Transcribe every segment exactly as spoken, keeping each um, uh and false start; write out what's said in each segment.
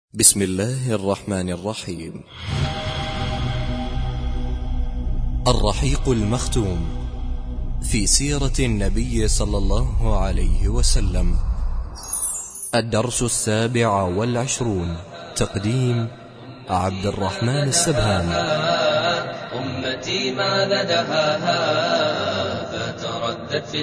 بسم الله الرحمن الرحيم. الرحيق المختوم في سيرة النبي صلى الله عليه وسلم. الدرس السابع والعشرون. تقديم عبد الرحمن السبهان. أمتي ما لدهاها فتردد في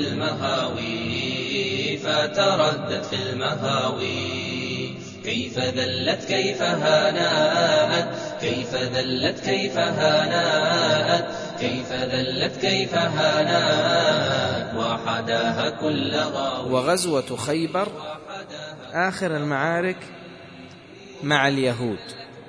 المهاوي فتردد في المهاوي كيف ذلت كيف هانأت كيف ذلت كيف هانأت كيف ذلت كيف هانأت وحداها كل غاوي. وغزوة خيبر آخر المعارك مع اليهود.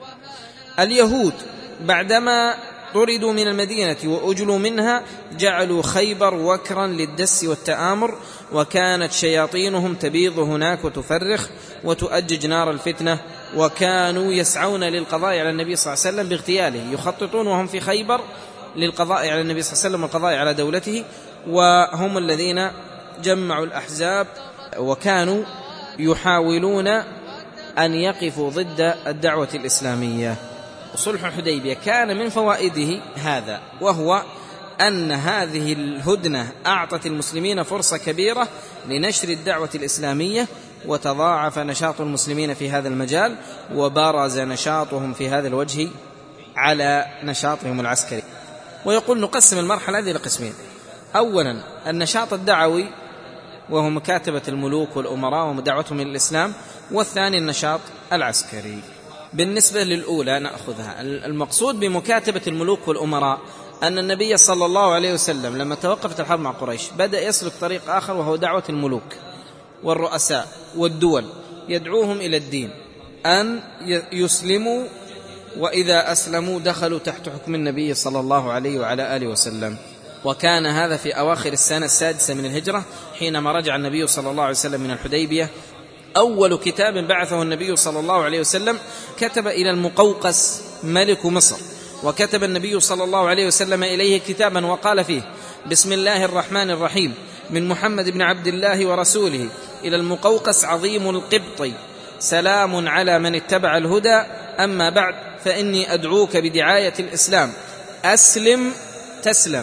اليهود بعدما طردوا من المدينة وأجلوا منها جعلوا خيبر وكرا للدس والتآمر، وكانت شياطينهم تبيض هناك وتفرخ وتؤجج نار الفتنة، وكانوا يسعون للقضاء على النبي صلى الله عليه وسلم باغتياله، يخططون وهم في خيبر للقضاء على النبي صلى الله عليه وسلم والقضاء على دولته، وهم الذين جمعوا الأحزاب وكانوا يحاولون أن يقفوا ضد الدعوة الإسلامية. صلح الحديبية كان من فوائده هذا، وهو أن هذه الهدنة أعطت المسلمين فرصة كبيرة لنشر الدعوة الإسلامية، وتضاعف نشاط المسلمين في هذا المجال، وبرز نشاطهم في هذا الوجه على نشاطهم العسكري. ويقول نقسم المرحلة هذه لقسمين: أولا النشاط الدعوي وهو مكاتبة الملوك والأمراء ودعوتهم إلى الإسلام، والثاني النشاط العسكري. بالنسبة للأولى نأخذها. المقصود بمكاتبة الملوك والأمراء أن النبي صلى الله عليه وسلم لما توقفت الحرب مع قريش بدأ يسلك طريق آخر، وهو دعوة الملوك والرؤساء والدول، يدعوهم إلى الدين، أن يسلموا، وإذا أسلموا دخلوا تحت حكم النبي صلى الله عليه وعلى آله وسلم. وكان هذا في أواخر السنة السادسة من الهجرة حينما رجع النبي صلى الله عليه وسلم من الحديبية. أول كتاب بعثه النبي صلى الله عليه وسلم كتب إلى المقوقس ملك مصر، وكتب النبي صلى الله عليه وسلم إليه كتابا وقال فيه: بسم الله الرحمن الرحيم، من محمد بن عبد الله ورسوله إلى المقوقس عظيم القبط، سلام على من اتبع الهدى، أما بعد فإني أدعوك بدعاية الإسلام، أسلم تسلم،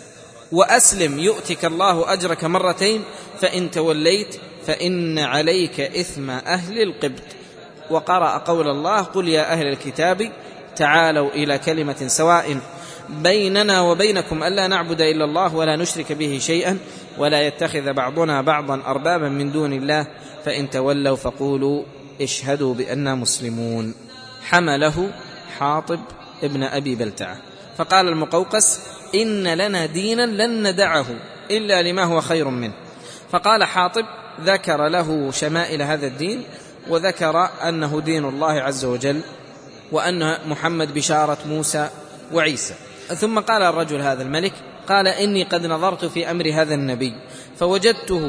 وأسلم يؤتك الله أجرك مرتين، فإن توليت فإن عليك إثم أهل القبط. وقرأ قول الله: قل يا أهل الكتاب تعالوا إلى كلمة سواء بيننا وبينكم ألا نعبد إلا الله ولا نشرك به شيئا ولا يتخذ بعضنا بعضا أربابا من دون الله، فإن تولوا فقولوا اشهدوا بأننا مسلمون. حمله حاطب ابن أبي بلتعة، فقال المقوقس: إن لنا دينا لن ندعه إلا لما هو خير منه. فقال حاطب، ذكر له شمائل هذا الدين، وذكر أنه دين الله عز وجل، وأن محمد بشارة موسى وعيسى. ثم قال الرجل هذا الملك، قال: إني قد نظرت في أمر هذا النبي فوجدته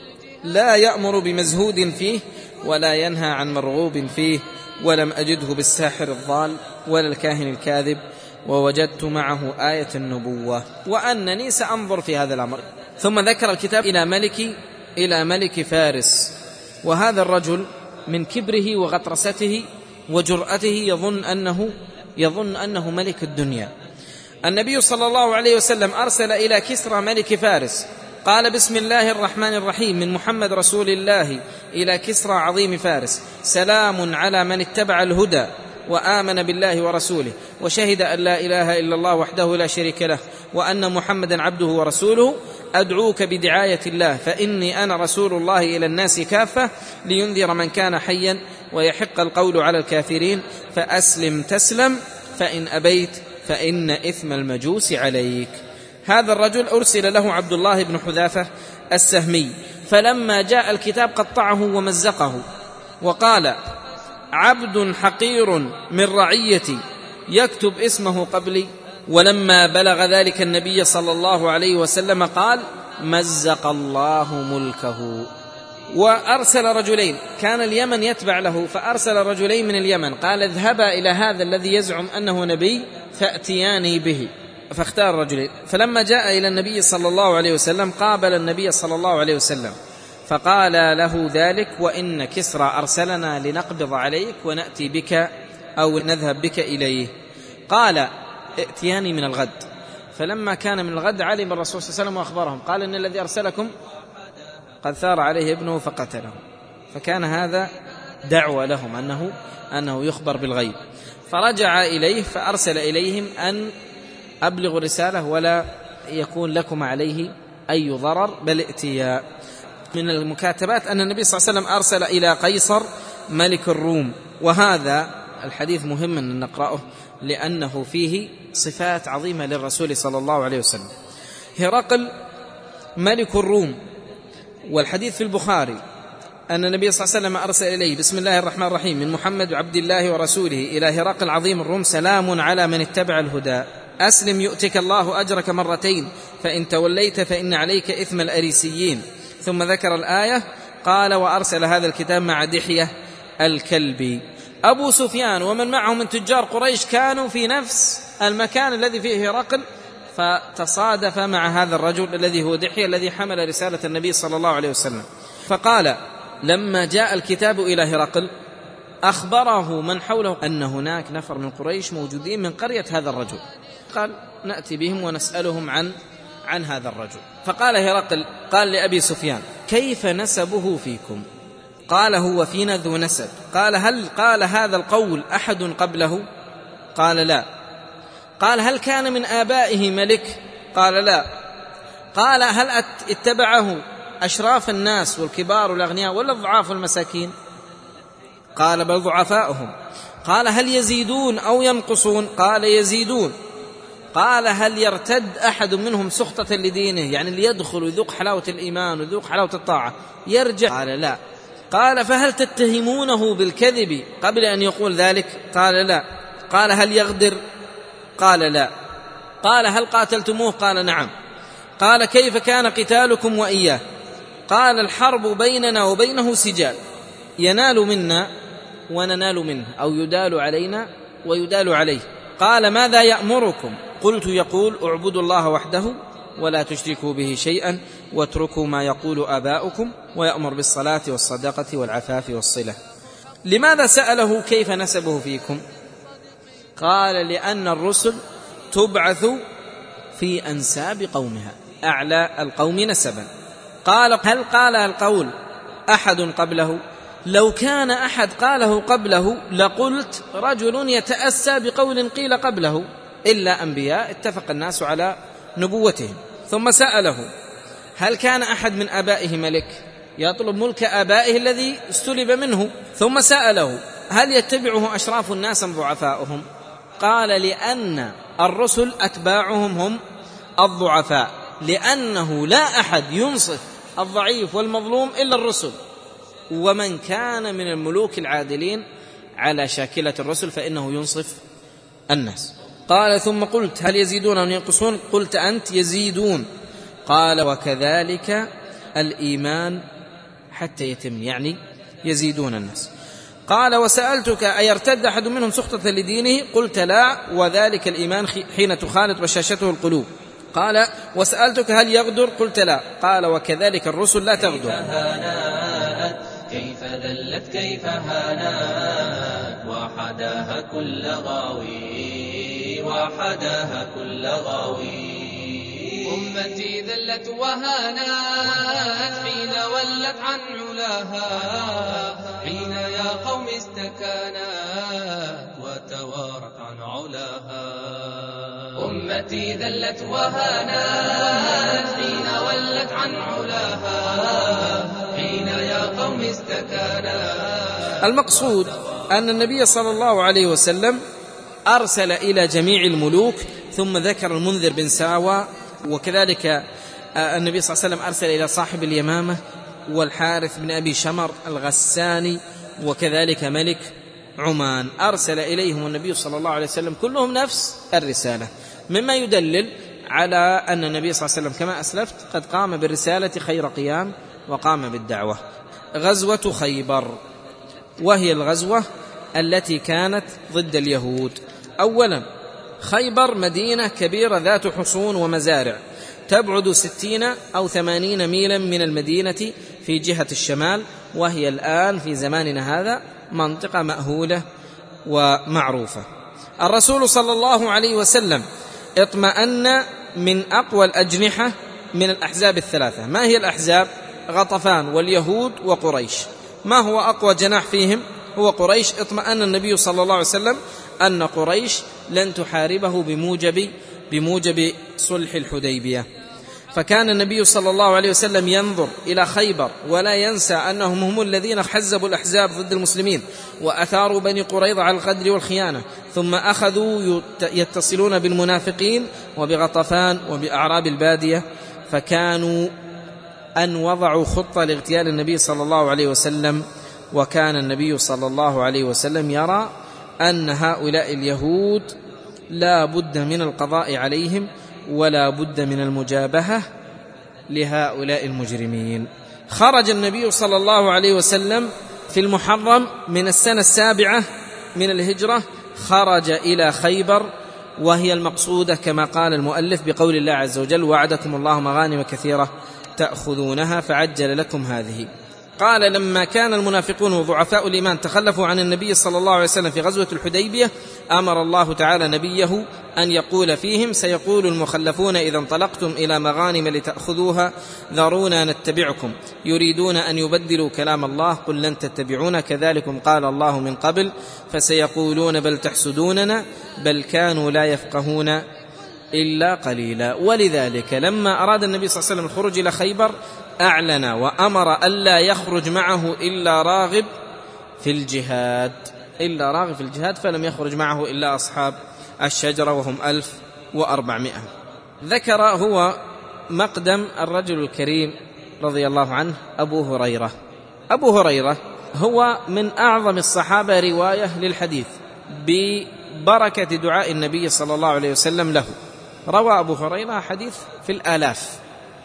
لا يأمر بمزهود فيه ولا ينهى عن مرغوب فيه، ولم أجده بالساحر الضال ولا الكاهن الكاذب، ووجدت معه آية النبوة، وأنني سأنظر في هذا الأمر. ثم ذكر الكتاب إلى ملك إلى ملك فارس، وهذا الرجل من كبره وغطرسته وجرأته يظن أنه يظن أنه ملك الدنيا. النبي صلى الله عليه وسلم أرسل إلى كسرى ملك فارس، قال: بسم الله الرحمن الرحيم، من محمد رسول الله إلى كسرى عظيم فارس، سلام على من اتبع الهدى وآمن بالله ورسوله وشهد أن لا إله إلا الله وحده لا شريك له وأن محمدا عبده ورسوله، أدعوك بدعاية الله، فإني أنا رسول الله إلى الناس كافة لينذر من كان حيا ويحق القول على الكافرين، فأسلم تسلم، فإن أبيت فإن إثم المجوس عليك. هذا الرجل أرسل له عبد الله بن حذافة السهمي، فلما جاء الكتاب قطعه ومزقه وقال: عبد حقير من رعيتي يكتب اسمه قبلي. ولما بلغ ذلك النبي صلى الله عليه وسلم قال: مزق الله ملكه. وأرسل رجلين، كان اليمن يتبع له، فأرسل رجلين من اليمن، قال: اذهبا إلى هذا الذي يزعم أنه نبي فأتياني به. فاختار رجلين، فلما جاء إلى النبي صلى الله عليه وسلم قابل النبي صلى الله عليه وسلم، فقال له ذلك: وإن كسرى أرسلنا لنقبض عليك ونأتي بك أو نذهب بك إليه. قال: ائتياني من الغد. فلما كان من الغد علم الرسول صلى الله عليه وسلم وأخبرهم، قال: إن الذي أرسلكم قد ثار عليه ابنه فقتله. فكان هذا دعوة لهم أنه, أنه يخبر بالغيب. فرجع إليه فأرسل إليهم أن أبلغوا الرسالة ولا يكون لكم عليه أي ضرر بل ائتياء. من المكاتبات أن النبي صلى الله عليه وسلم أرسل إلى قيصر ملك الروم، وهذا الحديث مهم أن نقرأه لأنه فيه صفات عظيمة للرسول صلى الله عليه وسلم. هرقل ملك الروم، والحديث في البخاري أن النبي صلى الله عليه وسلم أرسل إليه: بسم الله الرحمن الرحيم، من محمد عبد الله ورسوله إلى هرقل عظيم الروم، سلام على من اتبع الهدى، أسلم يؤتك الله أجرك مرتين، فإن توليت فإن عليك إثم الأريسيين. ثم ذكر الآية. قال: وأرسل هذا الكتاب مع دحية الكلبي. أبو سفيان ومن معه من تجار قريش كانوا في نفس المكان الذي فيه هرقل، فتصادف مع هذا الرجل الذي هو دحية الذي حمل رسالة النبي صلى الله عليه وسلم. فقال: لما جاء الكتاب إلى هرقل أخبره من حوله أن هناك نفر من قريش موجودين من قرية هذا الرجل. قال: نأتي بهم ونسألهم عن عن هذا الرجل. فقال هرقل قال لأبي سفيان: كيف نسبه فيكم؟ قال: هو فينا ذو نسب. قال: هل قال هذا القول أحد قبله؟ قال: لا. قال: هل كان من آبائه ملك؟ قال: لا. قال: هل اتبعه أشراف الناس والكبار والأغنياء ولا الضعاف والمساكين؟ قال: بل ضعفاؤهم. قال: هل يزيدون أو ينقصون؟ قال: يزيدون. قال: هل يرتد أحد منهم سخطة لدينه، يعني اللي يدخل ويذوق حلاوة الإيمان ويذوق حلاوة الطاعة يرجع؟ قال: لا. قال: فهل تتهمونه بالكذب قبل أن يقول ذلك؟ قال: لا. قال: هل يغدر؟ قال: لا. قال: هل قاتلتموه؟ قال: نعم. قال: كيف كان قتالكم وإياه؟ قال: الحرب بيننا وبينه سجال، ينال منا وننال منه، أو يدال علينا ويدال عليه. قال: ماذا يأمركم؟ قلت: يقول: اعبدوا الله وحده ولا تشركوا به شيئا واتركوا ما يقول آباؤكم، ويأمر بالصلاة والصدقة والعفاف والصلة. لماذا سأله كيف نسبه فيكم؟ قال: لأن الرسل تبعث في أنساب قومها، أعلى القوم نسبا. قال: هل قال القول أحد قبله؟ لو كان أحد قاله قبله لقلت رجل يتأسى بقول قيل قبله، إلا أنبياء اتفق الناس على نبوتهم. ثم سأله: هل كان أحد من آبائه ملك؟ يطلب ملك آبائه الذي استلب منه. ثم سأله: هل يتبعه أشراف الناس أم ضعفاؤهم؟ قال: لأن الرسل أتباعهم هم الضعفاء، لأنه لا أحد ينصف الضعيف والمظلوم إلا الرسل، ومن كان من الملوك العادلين على شاكلة الرسل فإنه ينصف الناس. قال: ثم قلت: هل يزيدون أو ينقصون؟ قلت أنت: يزيدون. قال: وكذلك الإيمان حتى يتم، يعني يزيدون الناس. قال: وسألتك: أيرتد أحد منهم سخطة لدينه؟ قلت: لا، وذلك الإيمان حين تخالط بشاشته القلوب. قال: وسألتك: هل يغدر؟ قلت: لا. قال: وكذلك الرسل لا تغدر. كيف ذلت كيف هانات، وحداها كل غاوي، وحداها كل غاوي. أمتي ذلت وهانات حين ولت عن علاها، حين يا قوم استكانت وتوارت عن علاها. أمتي ذلت وهانات حين ولت عن علاها، حين يا قوم استكانت. المقصود أن النبي صلى الله عليه وسلم أرسل إلى جميع الملوك، ثم ذكر المنذر بن ساوى، وكذلك النبي صلى الله عليه وسلم أرسل إلى صاحب اليمامة والحارث بن أبي شمر الغساني، وكذلك ملك عمان. أرسل إليهم النبي صلى الله عليه وسلم كلهم نفس الرسالة، مما يدلل على أن النبي صلى الله عليه وسلم كما أسلفت قد قام بالرسالة خير قيام وقام بالدعوة. غزوة خيبر، وهي الغزوة التي كانت ضد اليهود. أولا، خيبر مدينة كبيرة ذات حصون ومزارع، تبعد ستين أو ثمانين ميلا من المدينة في جهة الشمال، وهي الآن في زماننا هذا منطقة مأهولة ومعروفة. الرسول صلى الله عليه وسلم اطمأن من أقوى الأجنحة من الأحزاب الثلاثة. ما هي الأحزاب؟ غطفان واليهود وقريش. ما هو أقوى جناح فيهم؟ هو قريش. اطمأن النبي صلى الله عليه وسلم أن قريش لن تحاربه بموجب بموجب صلح الحديبية. فكان النبي صلى الله عليه وسلم ينظر إلى خيبر ولا ينسى أنهم هم الذين حزبوا الأحزاب ضد المسلمين وأثاروا بني قريظة على الغدر والخيانة، ثم أخذوا يتصلون بالمنافقين وبغطفان وبأعراب البادية، فكانوا أن وضعوا خطة لاغتيال النبي صلى الله عليه وسلم. وكان النبي صلى الله عليه وسلم يرى أن هؤلاء اليهود لا بد من القضاء عليهم ولا بد من المجابهة لهؤلاء المجرمين. خرج النبي صلى الله عليه وسلم في المحرم من السنة السابعة من الهجرة، خرج إلى خيبر، وهي المقصودة كما قال المؤلف بقول الله عز وجل: وعدكم الله مغانم كثيرة تأخذونها فعجل لكم هذه. قال: لما كان المنافقون وضعفاء الإيمان تخلفوا عن النبي صلى الله عليه وسلم في غزوة الحديبية، أمر الله تعالى نبيه أن يقول فيهم: سيقول المخلفون إذا انطلقتم إلى مغانم لتأخذوها ذرونا نتبعكم، يريدون أن يبدلوا كلام الله، قل لن تتبعونا كذلكم قال الله من قبل، فسيقولون بل تحسدوننا، بل كانوا لا يفقهون إلا قليلا. ولذلك لما أراد النبي صلى الله عليه وسلم الخروج إلى خيبر أعلن وأمر ألا يخرج معه إلا راغب في الجهاد إلا راغب في الجهاد فلم يخرج معه إلا أصحاب الشجرة وهم ألف وأربعمائة. ذكر هو مقدم الرجل الكريم رضي الله عنه أبو هريرة. أبو هريرة هو من أعظم الصحابة رواية للحديث ببركة دعاء النبي صلى الله عليه وسلم له. روى أبو هريرة حديث في الآلاف،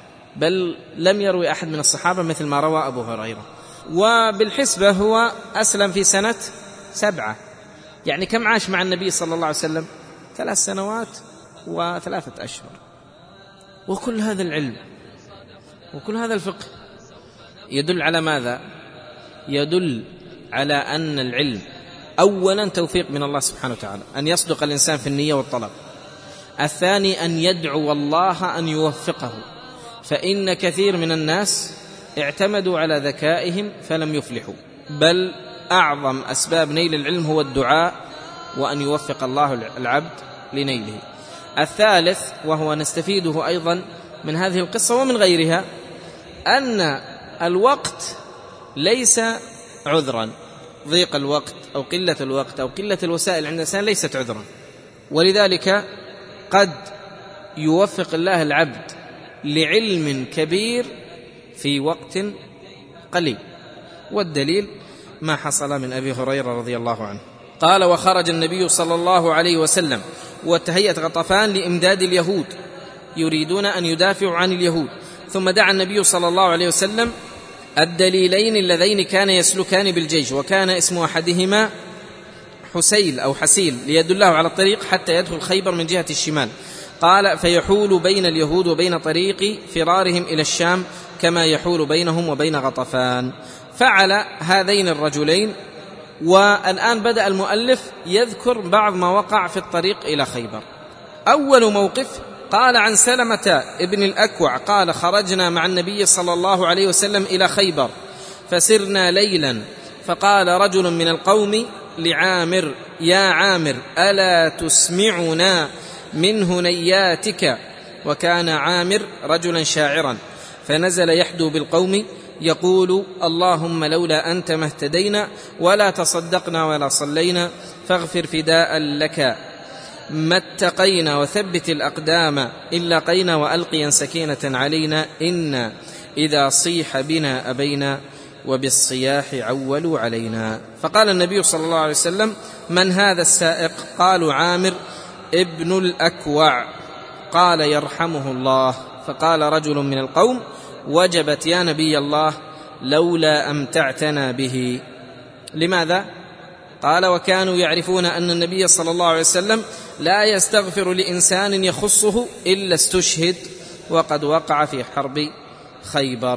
بل لم يروي أحد من الصحابة مثل ما روى أبو هريرة. وبالحسبة هو أسلم في سنة سبعة، يعني كم عاش مع النبي صلى الله عليه وسلم؟ ثلاث سنوات وثلاثة أشهر. وكل هذا العلم وكل هذا الفقه يدل على ماذا؟ يدل على أن العلم أولا توفيق من الله سبحانه وتعالى، أن يصدق الإنسان في النية والطلب. الثاني أن يدعو الله أن يوفقه، فإن كثير من الناس اعتمدوا على ذكائهم فلم يفلحوا، بل أعظم أسباب نيل العلم هو الدعاء وأن يوفق الله العبد لنيله. الثالث وهو نستفيده أيضا من هذه القصة ومن غيرها، أن الوقت ليس عذرا، ضيق الوقت أو قلة الوقت أو قلة الوسائل عند الإنسان ليست عذرا، ولذلك قد يوفق الله العبد لعلم كبير في وقت قليل. والدليل ما حصل من أبي هريرة رضي الله عنه. قال: وخرج النبي صلى الله عليه وسلم وتهيأت غطفان لإمداد اليهود، يريدون أن يدافعوا عن اليهود، ثم دعا النبي صلى الله عليه وسلم الدليلين اللذين كان يسلكان بالجيش، وكان اسم أحدهما حسيل أو حسيل، ليدله على الطريق حتى يدخل خيبر من جهة الشمال. قال: فيحول بين اليهود وبين طريق فرارهم إلى الشام كما يحول بينهم وبين غطفان. فعل هذين الرجلين. والآن بدأ المؤلف يذكر بعض ما وقع في الطريق إلى خيبر. أول موقف قال عن سلمة ابن الأكوع قال: خرجنا مع النبي صلى الله عليه وسلم إلى خيبر فسرنا ليلا، فقال رجل من القوم لعامر: يا عامر ألا تسمعنا من هنياتك؟ وكان عامر رجلا شاعرا، فنزل يحدو بالقوم يقول: اللهم لولا أنت ما اهتدينا ولا تصدقنا ولا صلينا، فاغفر فداء لك ما اتقينا وثبت الأقدام إلا قينا وألقيا سكينة علينا، إنا إذا صيح بنا أبينا وبالصياح عولوا علينا. فقال النبي صلى الله عليه وسلم: من هذا السائق؟ قالوا: عامر ابن الأكوع. قال: يرحمه الله. فقال رجل من القوم: وجبت يا نبي الله لولا أمتعتنا به. لماذا؟ قال: وكانوا يعرفون أن النبي صلى الله عليه وسلم لا يستغفر لإنسان يخصه إلا استشهد، وقد وقع في حرب خيبر.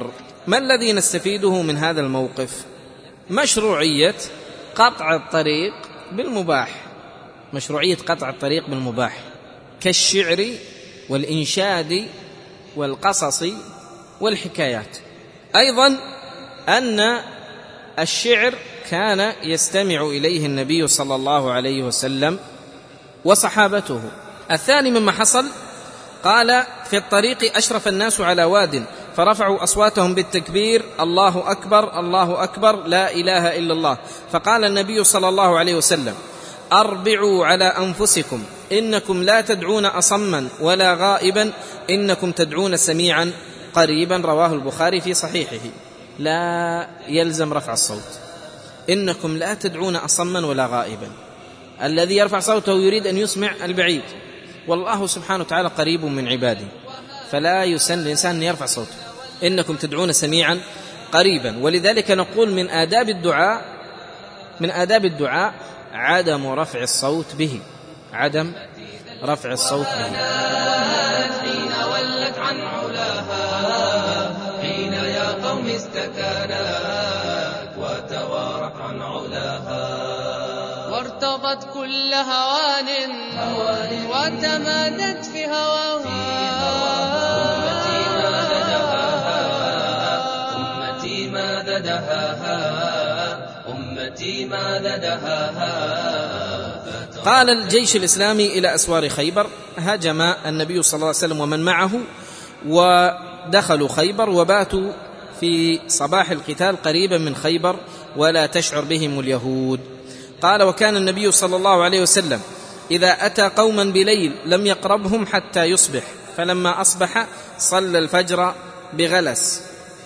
ما الذي نستفيده من هذا الموقف؟ مشروعية قطع الطريق بالمباح، مشروعية قطع الطريق بالمباح كالشعر والإنشاد والقصص والحكايات. أيضا أن الشعر كان يستمع إليه النبي صلى الله عليه وسلم وصحابته. الثاني مما حصل قال: في الطريق أشرف الناس على واد فرفعوا أصواتهم بالتكبير: الله أكبر الله أكبر لا إله إلا الله. فقال النبي صلى الله عليه وسلم: أربعوا على أنفسكم إنكم لا تدعون أصما ولا غائبا إنكم تدعون سميعا قريبا. رواه البخاري في صحيحه. لا يلزم رفع الصوت، إنكم لا تدعون أصما ولا غائبا. الذي يرفع صوته يريد أن يسمع البعيد، والله سبحانه وتعالى قريب من عباده، فلا يسن الإنسان أن يرفع صوته. إنكم تدعون سميعا قريبا. ولذلك نقول من آداب الدعاء من آداب الدعاء عدم رفع الصوت به، عدم رفع الصوت به. حين ولت عن علاها، حين يا قوم استكانت وتوارت عن علاها، وارتضت كل هوان وتمادت في هواها. أمتي ماذا دهاها، أمتي ماذا دهاها. قال الجيش الإسلامي إلى أسوار خيبر، هاجم النبي صلى الله عليه وسلم ومن معه ودخلوا خيبر وباتوا في صباح القتال قريبا من خيبر ولا تشعر بهم اليهود. قال: وكان النبي صلى الله عليه وسلم إذا أتى قوما بليل لم يقربهم حتى يصبح، فلما أصبح صلى الفجر بغلس.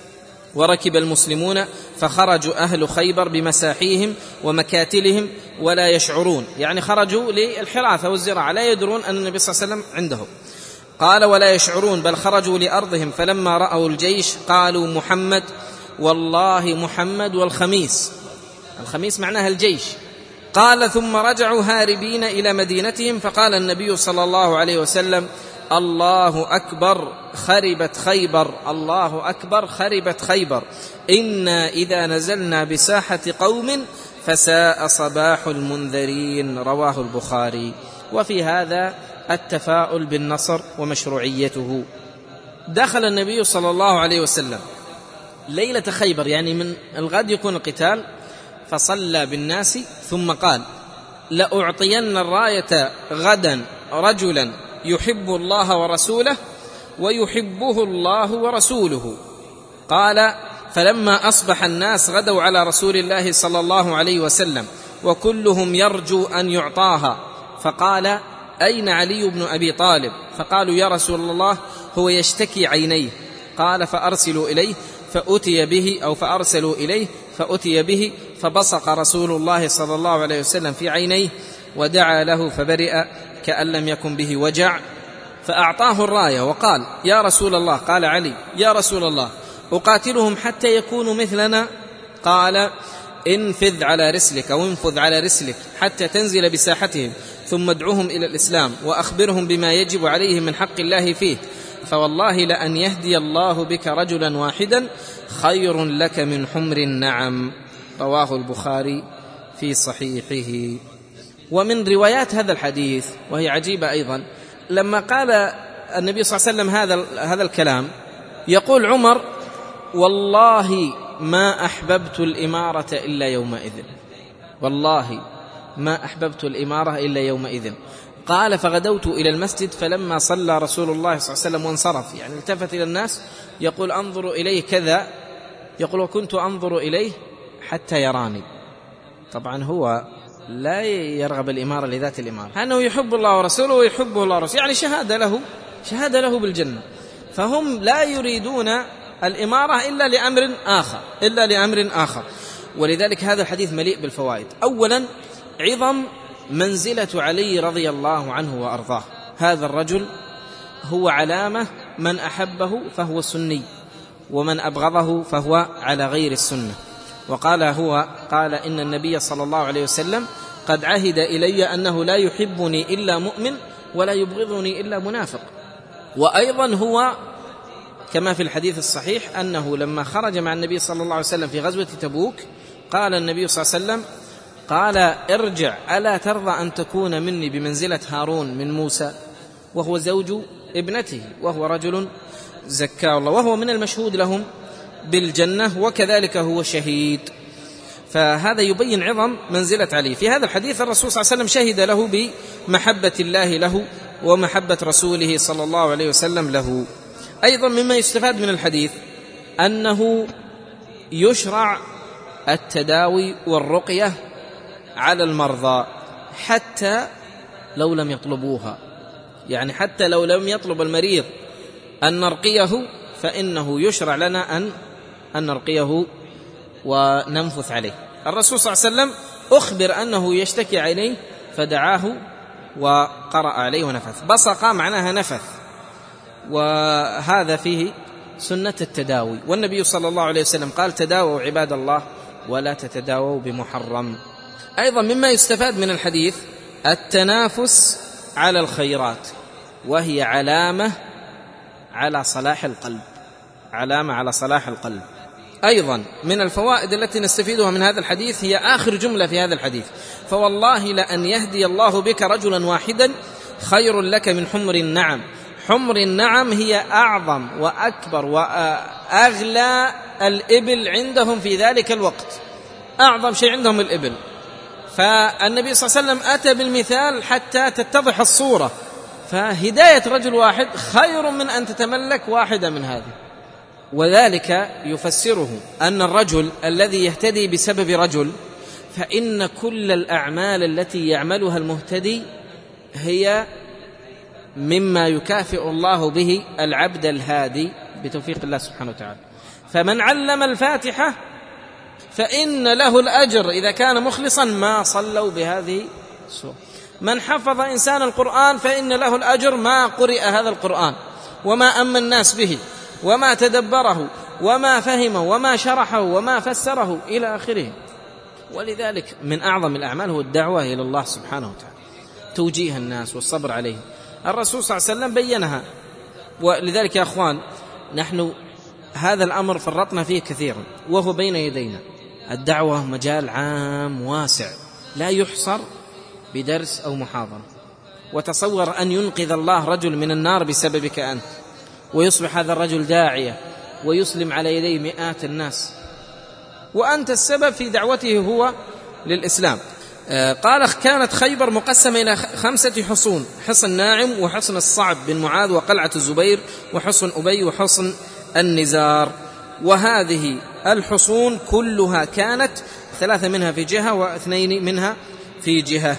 وركب المسلمون فخرجوا أهل خيبر بمساحيهم ومكاتلهم ولا يشعرون، يعني خرجوا للحراثة والزراعة، لا يدرون أن النبي صلى الله عليه وسلم عندهم. قال: ولا يشعرون بل خرجوا لأرضهم، فلما رأوا الجيش قالوا: محمد والله محمد والخميس. الخميس معناها الجيش. قال: ثم رجعوا هاربين إلى مدينتهم، فقال النبي صلى الله عليه وسلم: الله أكبر خربت خيبر، الله أكبر خربت خيبر، إنا إذا نزلنا بساحة قوم فساء صباح المنذرين. رواه البخاري. وفي هذا التفاؤل بالنصر ومشروعيته. دخل النبي صلى الله عليه وسلم ليلة خيبر، يعني من الغد يكون القتال، فصلى بالناس ثم قال: لأعطين الراية غدا رجلا يحب الله ورسوله ويحبه الله ورسوله. قال: فلما أصبح الناس غدوا على رسول الله صلى الله عليه وسلم وكلهم يرجو أن يعطاها، فقال: أين علي بن أبي طالب؟ فقالوا: يا رسول الله هو يشتكي عينيه. قال: فأرسلوا إليه، فأتي به أو فأرسلوا إليه فأتي به، فبصق رسول الله صلى الله عليه وسلم في عينيه ودعا له فبرئ كأن لم يكن به وجع، فأعطاه الراية وقال: يا رسول الله. قال علي: يا رسول الله أقاتلهم حتى يكونوا مثلنا؟ قال: انفذ على رسلك أو انفذ على رسلك حتى تنزل بساحتهم، ثم ادعوهم إلى الإسلام وأخبرهم بما يجب عليهم من حق الله فيه، فوالله لأن يهدي الله بك رجلا واحدا خير لك من حمر النعم. رواه البخاري في صحيحه. ومن روايات هذا الحديث وهي عجيبة أيضا، لما قال النبي صلى الله عليه وسلم هذا هذا الكلام يقول عمر: والله ما أحببت الإمارة إلا يومئذ، والله ما أحببت الإمارة إلا يومئذ. قال: فغدوت إلى المسجد فلما صلى رسول الله صلى الله عليه وسلم وانصرف، يعني التفت إلى الناس يقول: انظروا إليه كذا، يقول: وكنت أنظر إليه حتى يراني. طبعا هو لا يرغب الإمارة لذات الإمارة، أنه يحب الله ورسوله ويحبه الله ورسوله، يعني شهادة له شهادة له بالجنة. فهم لا يريدون الإمارة إلا لأمر آخر إلا لأمر آخر. ولذلك هذا الحديث مليء بالفوائد. أولا عظم منزلة علي رضي الله عنه وأرضاه. هذا الرجل هو علامة من أحبه فهو سني، ومن أبغضه فهو على غير السنة. وقال هو قال: إن النبي صلى الله عليه وسلم قد عهد إلي أنه لا يحبني إلا مؤمن ولا يبغضني إلا منافق. وأيضا هو كما في الحديث الصحيح أنه لما خرج مع النبي صلى الله عليه وسلم في غزوة تبوك قال النبي صلى الله عليه وسلم قال ارجع ألا ترضى أن تكون مني بمنزلة هارون من موسى، وهو زوج ابنته وهو رجل زكاه الله، وهو من المشهود لهم بالجنة، وكذلك هو شهيد. فهذا يبين عظم منزلة علي. في هذا الحديث الرسول صلى الله عليه وسلم شهد له بمحبة الله له ومحبة رسوله صلى الله عليه وسلم له. أيضا مما يستفاد من الحديث أنه يشرع التداوي والرقية على المرضى حتى لو لم يطلبوها، يعني حتى لو لم يطلب المريض أن نرقيه فإنه يشرع لنا أن أن نرقيه وننفث عليه. الرسول صلى الله عليه وسلم أخبر أنه يشتكي عليه فدعاه وقرأ عليه ونفث. بصق معناها نفث، وهذا فيه سنة التداوي، والنبي صلى الله عليه وسلم قال تداووا عباد الله ولا تتداووا بمحرم. أيضا مما يستفاد من الحديث التنافس على الخيرات، وهي علامة على صلاح القلب، علامة على صلاح القلب. أيضا من الفوائد التي نستفيدها من هذا الحديث هي آخر جملة في هذا الحديث: فوالله لأن يهدي الله بك رجلا واحدا خير لك من حمر النعم. حمر النعم هي أعظم وأكبر وأغلى الإبل عندهم في ذلك الوقت، أعظم شيء عندهم الإبل. فالنبي صلى الله عليه وسلم أتى بالمثال حتى تتضح الصورة، فهداية رجل واحد خير من أن تتملك واحدة من هذه. وذلك يفسره أن الرجل الذي يهتدي بسبب رجل فإن كل الأعمال التي يعملها المهتدي هي مما يكافئ الله به العبد الهادي بتوفيق الله سبحانه وتعالى. فمن علم الفاتحة فإن له الأجر إذا كان مخلصا ما صلوا بهذه السورة. من حفظ إنسان القرآن فإن له الأجر ما قرئ هذا القرآن وما أما الناس به وما تدبره وما فهمه وما شرحه وما فسره إلى آخره. ولذلك من أعظم الأعمال هو الدعوة إلى الله سبحانه وتعالى، توجيه الناس والصبر عليه. الرسول صلى الله عليه وسلم بينها. ولذلك يا أخوان نحن هذا الأمر فرطنا فيه كثيرا وهو بين يدينا. الدعوة مجال عام واسع لا يحصر بدرس أو محاضرة. وتصور أن ينقذ الله رجل من النار بسببك أنت، ويصبح هذا الرجل داعية ويسلم على يديه مئات الناس، وأنت السبب في دعوته هو للإسلام. آه قال كانت خيبر مقسمة إلى خمسة حصون: حصن ناعم، وحصن الصعب بن معاذ، وقلعة الزبير، وحصن أبي، وحصن النزار. وهذه الحصون كلها كانت ثلاثة منها في جهة واثنين منها في جهة.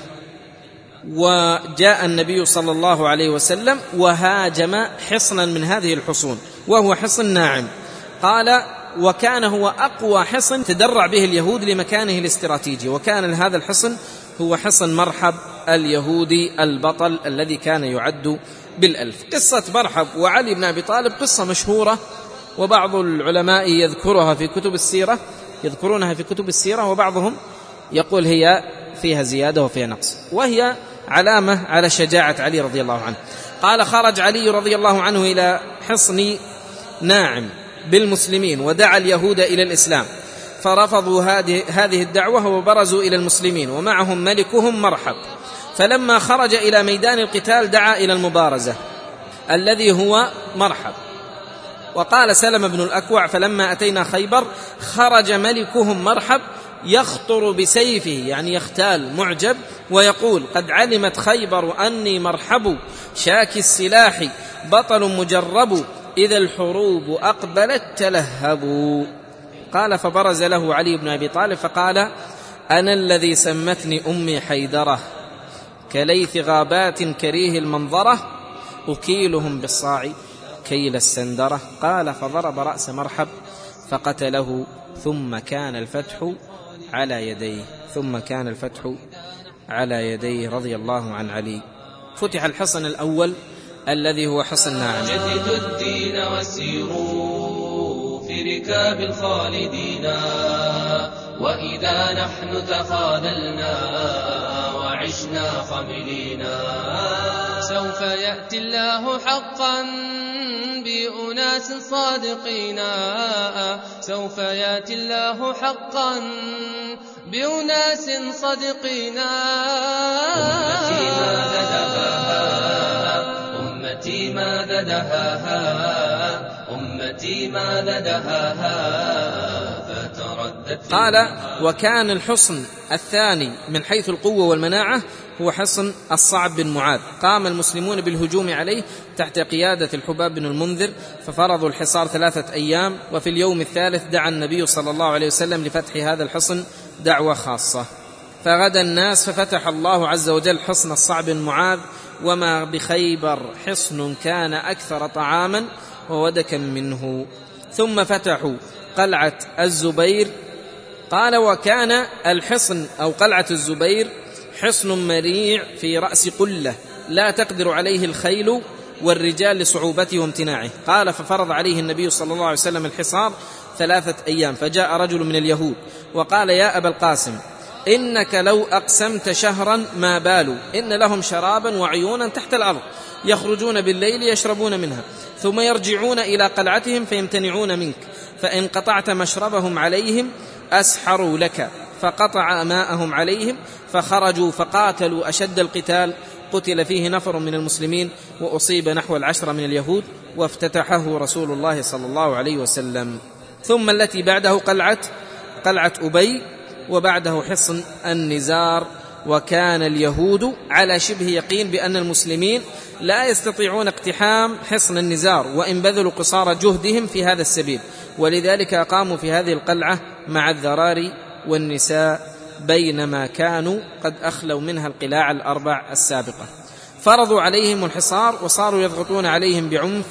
وجاء النبي صلى الله عليه وسلم وهاجم حصنا من هذه الحصون وهو حصن ناعم. قال وكان هو أقوى حصن تدرع به اليهود لمكانه الاستراتيجي، وكان هذا الحصن هو حصن مرحب اليهودي البطل الذي كان يعد بالألف. قصة مرحب وعلي بن أبي طالب قصة مشهورة، وبعض العلماء يذكرها في كتب السيرة يذكرونها في كتب السيرة وبعضهم يقول هي فيها زيادة وفيها نقص، وهي علامة على شجاعة علي رضي الله عنه. قال خرج علي رضي الله عنه إلى حصن ناعم بالمسلمين ودعا اليهود إلى الإسلام، فرفضوا هذه الدعوة وبرزوا إلى المسلمين ومعهم ملكهم مرحب. فلما خرج إلى ميدان القتال دعا إلى المبارزة الذي هو مرحب. وقال سلم بن الأكوع فلما أتينا خيبر خرج ملكهم مرحب يخطر بسيفه، يعني يختال معجب، ويقول قد علمت خيبر أني مرحب شاكي السلاح بطل مجرب إذا الحروب أقبلت تلهبوا. قال فبرز له علي بن أبي طالب فقال أنا الذي سمتني أمي حيدرة كليث غابات كريه المنظرة أكيلهم بالصاع كيل السندرة. قال فضرب رأس مرحب فقتله ثم كان الفتح على يديه ثم كان الفتح على يديه رضي الله عن علي. فتح الحصن الأول الذي هو حصن ناعم. جددوا الدين وسيروا في ركاب الخالدين، وإذا نحن تخاذلنا وعشنا خملينا سوف يأتي الله حقا بأناس صادقين سوف يأتي الله حقا بأناس صادقين أمتي ماذا دهاها أمتي ماذا دهاها أمتي ماذا دهاها فتردت. قال: وكان الحصن الثاني من حيث القوة والمناعة هو حصن الصعب بن معاذ. قام المسلمون بالهجوم عليه تحت قيادة الحباب بن المنذر، ففرضوا الحصار ثلاثة أيام، وفي اليوم الثالث دعا النبي صلى الله عليه وسلم لفتح هذا الحصن دعوة خاصة، فغدا الناس ففتح الله عز وجل حصن الصعب بن معاذ. وما بخيبر حصن كان أكثر طعاما وودكا منه. ثم فتحوا قلعة الزبير. قال: وكان الحصن أو قلعة الزبير حصن مريع في رأس قلة لا تقدر عليه الخيل والرجال لصعوبته وامتناعه. قال: ففرض عليه النبي صلى الله عليه وسلم الحصار ثلاثة أيام، فجاء رجل من اليهود وقال: يا أبا القاسم، إنك لو أقسمت شهرا ما بالوا، إن لهم شرابا وعيونا تحت الأرض يخرجون بالليل يشربون منها، ثم يرجعون إلى قلعتهم فيمتنعون منك، فإن قطعت مشربهم عليهم أسحروا لك. فقطع ماءهم عليهم فخرجوا فقاتلوا أشد القتال، قتل فيه نفر من المسلمين وأصيب نحو العشرة من اليهود، وافتتحه رسول الله صلى الله عليه وسلم. ثم التي بعده قلعة قلعة أبي، وبعده حصن النزار. وكان اليهود على شبه يقين بأن المسلمين لا يستطيعون اقتحام حصن النزار، وإن بذلوا قصارى جهدهم في هذا السبيل، ولذلك أقاموا في هذه القلعة مع الذراري والنساء، بينما كانوا قد أخلوا منها القلاع الأربع السابقة. فرضوا عليهم الحصار وصاروا يضغطون عليهم بعنف.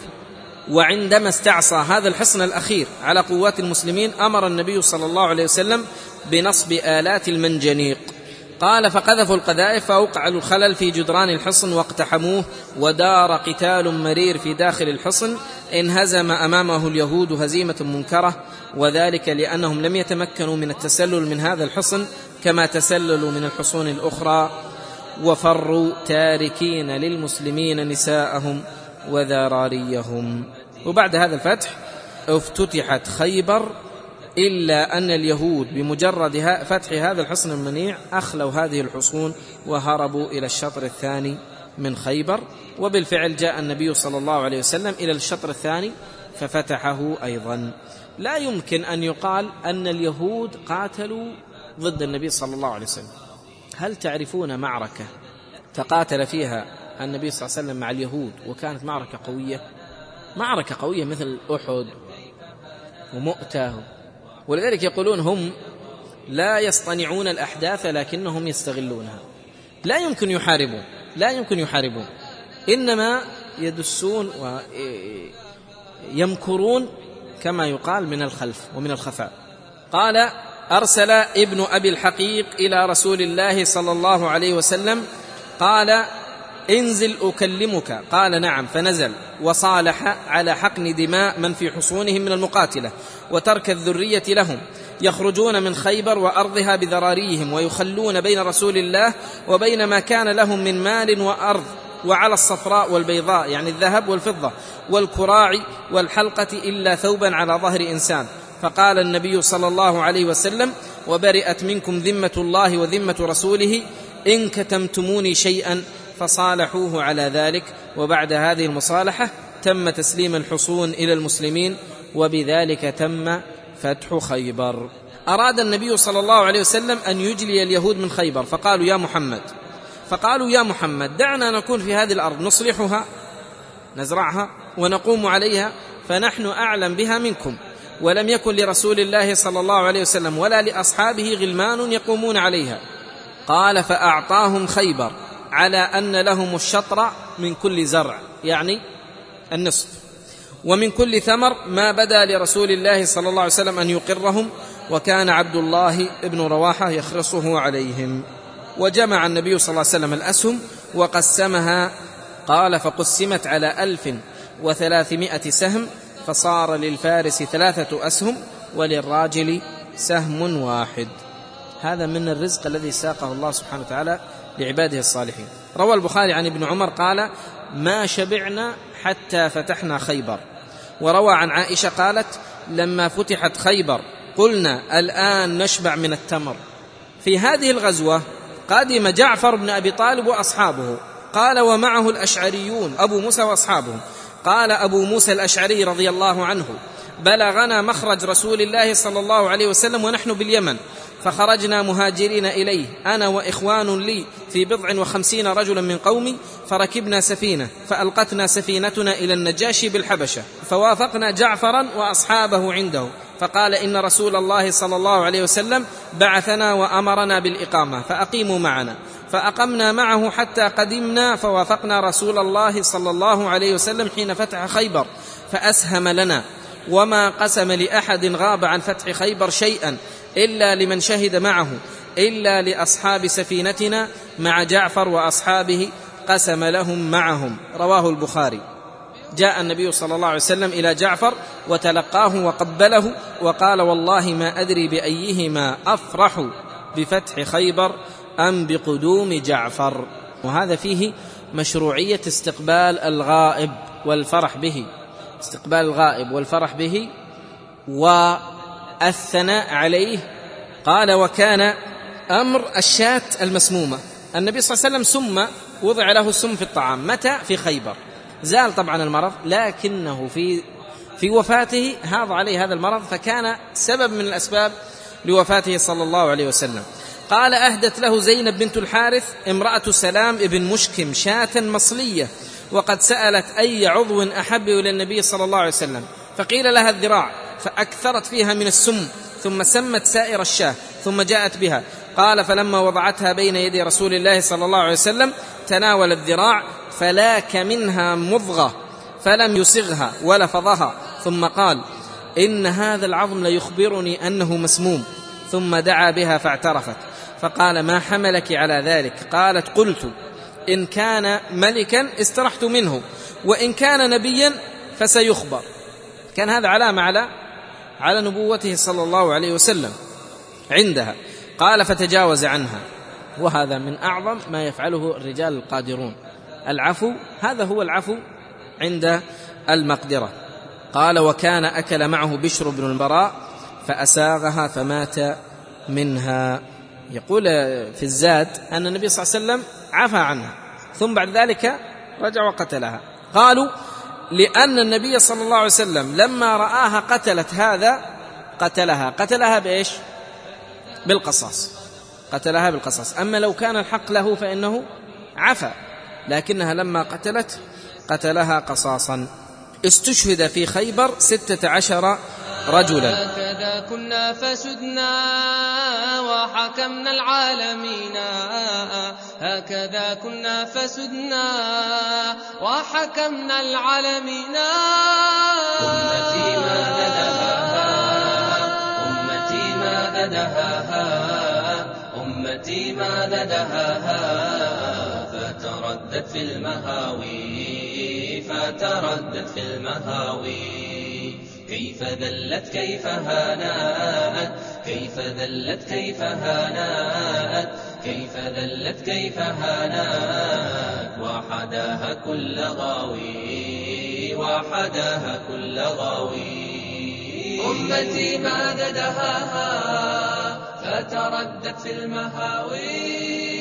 وعندما استعصى هذا الحصن الأخير على قوات المسلمين، أمر النبي صلى الله عليه وسلم بنصب آلات المنجنيق. قال: فقذفوا القذائف فأوقعوا الخلل في جدران الحصن واقتحموه، ودار قتال مرير في داخل الحصن، انهزم أمامه اليهود هزيمة منكرة، وذلك لأنهم لم يتمكنوا من التسلل من هذا الحصن كما تسللوا من الحصون الأخرى، وفروا تاركين للمسلمين نساءهم وذراريهم. وبعد هذا الفتح افتتحت خيبر، إلا أن اليهود بمجرد فتح هذا الحصن المنيع أخلوا هذه الحصون وهربوا إلى الشطر الثاني من خيبر. وبالفعل جاء النبي صلى الله عليه وسلم إلى الشطر الثاني ففتحه أيضا. لا يمكن أن يقال أن اليهود قاتلوا ضد النبي صلى الله عليه وسلم. هل تعرفون معركة تقاتل فيها النبي صلى الله عليه وسلم مع اليهود وكانت معركة قوية؟ معركة قوية مثل أحد ومؤتة. ولذلك يقولون هم لا يصطنعون الأحداث لكنهم يستغلونها. لا يمكن يحاربون لا يمكن يحاربون إنما يدسون ويمكرون كما يقال من الخلف ومن الخفاء. قال: أرسل ابن أبي الحقيق إلى رسول الله صلى الله عليه وسلم، قال: انزل أكلمك. قال: نعم. فنزل وصالح على حقن دماء من في حصونهم من المقاتلة وترك الذرية لهم، يخرجون من خيبر وأرضها بذراريهم، ويخلون بين رسول الله وبين ما كان لهم من مال وأرض، وعلى الصفراء والبيضاء يعني الذهب والفضة والكراع والحلقة إلا ثوبا على ظهر إنسان. فقال النبي صلى الله عليه وسلم: وبرئت منكم ذمة الله وذمة رسوله إن كتمتموني شيئا. فصالحوه على ذلك. وبعد هذه المصالحة تم تسليم الحصون إلى المسلمين، وبذلك تم فتح خيبر. أراد النبي صلى الله عليه وسلم أن يجلي اليهود من خيبر، فقالوا يا محمد فقالوا يا محمد دعنا نكون في هذه الأرض نصلحها نزرعها ونقوم عليها، فنحن أعلم بها منكم، ولم يكن لرسول الله صلى الله عليه وسلم ولا لأصحابه غلمان يقومون عليها. قال: فأعطاهم خيبر على أن لهم الشطر من كل زرع يعني النصف، ومن كل ثمر ما بدا لرسول الله صلى الله عليه وسلم أن يقرهم، وكان عبد الله بن رواحة يخرصه عليهم. وجمع النبي صلى الله عليه وسلم الأسهم وقسمها. قال: فقسمت على ألف وثلاثمائة سهم، فصار للفارس ثلاثة أسهم وللراجل سهم واحد. هذا من الرزق الذي ساقه الله سبحانه وتعالى لعباده الصالحين. روى البخاري عن ابن عمر قال: ما شبعنا حتى فتحنا خيبر. وروى عن عائشة قالت لما فتحت خيبر قلنا الآن نشبع من التمر. في هذه الغزوة قدم جعفر بن أبي طالب وأصحابه، قال ومعه الأشعريون أبو موسى وأصحابه. قال أبو موسى الأشعري رضي الله عنه بلغنا مخرج رسول الله صلى الله عليه وسلم ونحن باليمن، فخرجنا مهاجرين إليه أنا وإخوان لي في بضع وخمسين رجلا من قومي، فركبنا سفينة فألقتنا سفينتنا إلى النجاشي بالحبشة، فوافقنا جعفرا وأصحابه عنده، فقال إن رسول الله صلى الله عليه وسلم بعثنا وأمرنا بالإقامة فأقيموا معنا، فأقمنا معه حتى قدمنا فوافقنا رسول الله صلى الله عليه وسلم حين فتح خيبر فأسهم لنا، وما قسم لأحد غاب عن فتح خيبر شيئا إلا لمن شهد معه إلا لأصحاب سفينتنا مع جعفر وأصحابه قسم لهم معهم. رواه البخاري. جاء النبي صلى الله عليه وسلم إلى جعفر وتلقاه وقبله وقال والله ما أدري بأيهما أفرح بفتح خيبر أم بقدوم جعفر. وهذا فيه مشروعية استقبال الغائب والفرح به، استقبال الغائب والفرح به والثناء عليه. قال وكان أمر الشاة المسمومة، النبي صلى الله عليه وسلم سم، وضع له السم في الطعام. متى؟ في خيبر. زال طبعا المرض، لكنه في في وفاته هاض عليه هذا المرض، فكان سبب من الأسباب لوفاته صلى الله عليه وسلم. قال أهدت له زينب بنت الحارث امرأة سلام ابن مشكم شاة مصلية، وقد سألت أي عضو أحب إلى النبي صلى الله عليه وسلم، فقيل لها الذراع، فأكثرت فيها من السم، ثم سمت سائر الشاة ثم جاءت بها. قال فلما وضعتها بين يدي رسول الله صلى الله عليه وسلم تناول الذراع فلاك منها مضغة فلم يصغها ولفظها، ثم قال إن هذا العظم ليخبرني أنه مسموم، ثم دعا بها فاعترفت. فقال ما حملك على ذلك؟ قالت قلت إن كان ملكا استرحت منه، وإن كان نبيا فسيخبر. كان هذا علامة على على نبوته صلى الله عليه وسلم عندها. قال فتجاوز عنها، وهذا من أعظم ما يفعله الرجال القادرون، العفو، هذا هو العفو عند المقدرة. قال وكان أكل معه بشر بن البراء فأساغها فمات منها. يقول في الزاد أن النبي صلى الله عليه وسلم عفى عنها ثم بعد ذلك رجع وقتلها. قالوا لأن النبي صلى الله عليه وسلم لما رآها قتلت هذا قتلها. قتلها بإيش؟ بالقصاص، قتلها بالقصاص. أما لو كان الحق له فإنه عفى، لكنها لما قتلت قتلها قصاصا. استشهد في خيبر ستة عشر رجلا. هكذا كنا فسدنا وحكمنا العالمين، هكذا كنا فسدنا وحكمنا العالمين. أمتي ماذا دهاها، أمتي ماذا دهاها، أمتي ماذا دهاها، فتردت في المهاوي، فتردت في المهاوي. كيف ذلت كيف هانأت، كيف ذلت كيف هانأت، كيف ذلت كيف هانأت. وحداها كل غاوي، وحداها كل غاوي. أمتي ماذا دهاها، فتردت في المهاوي.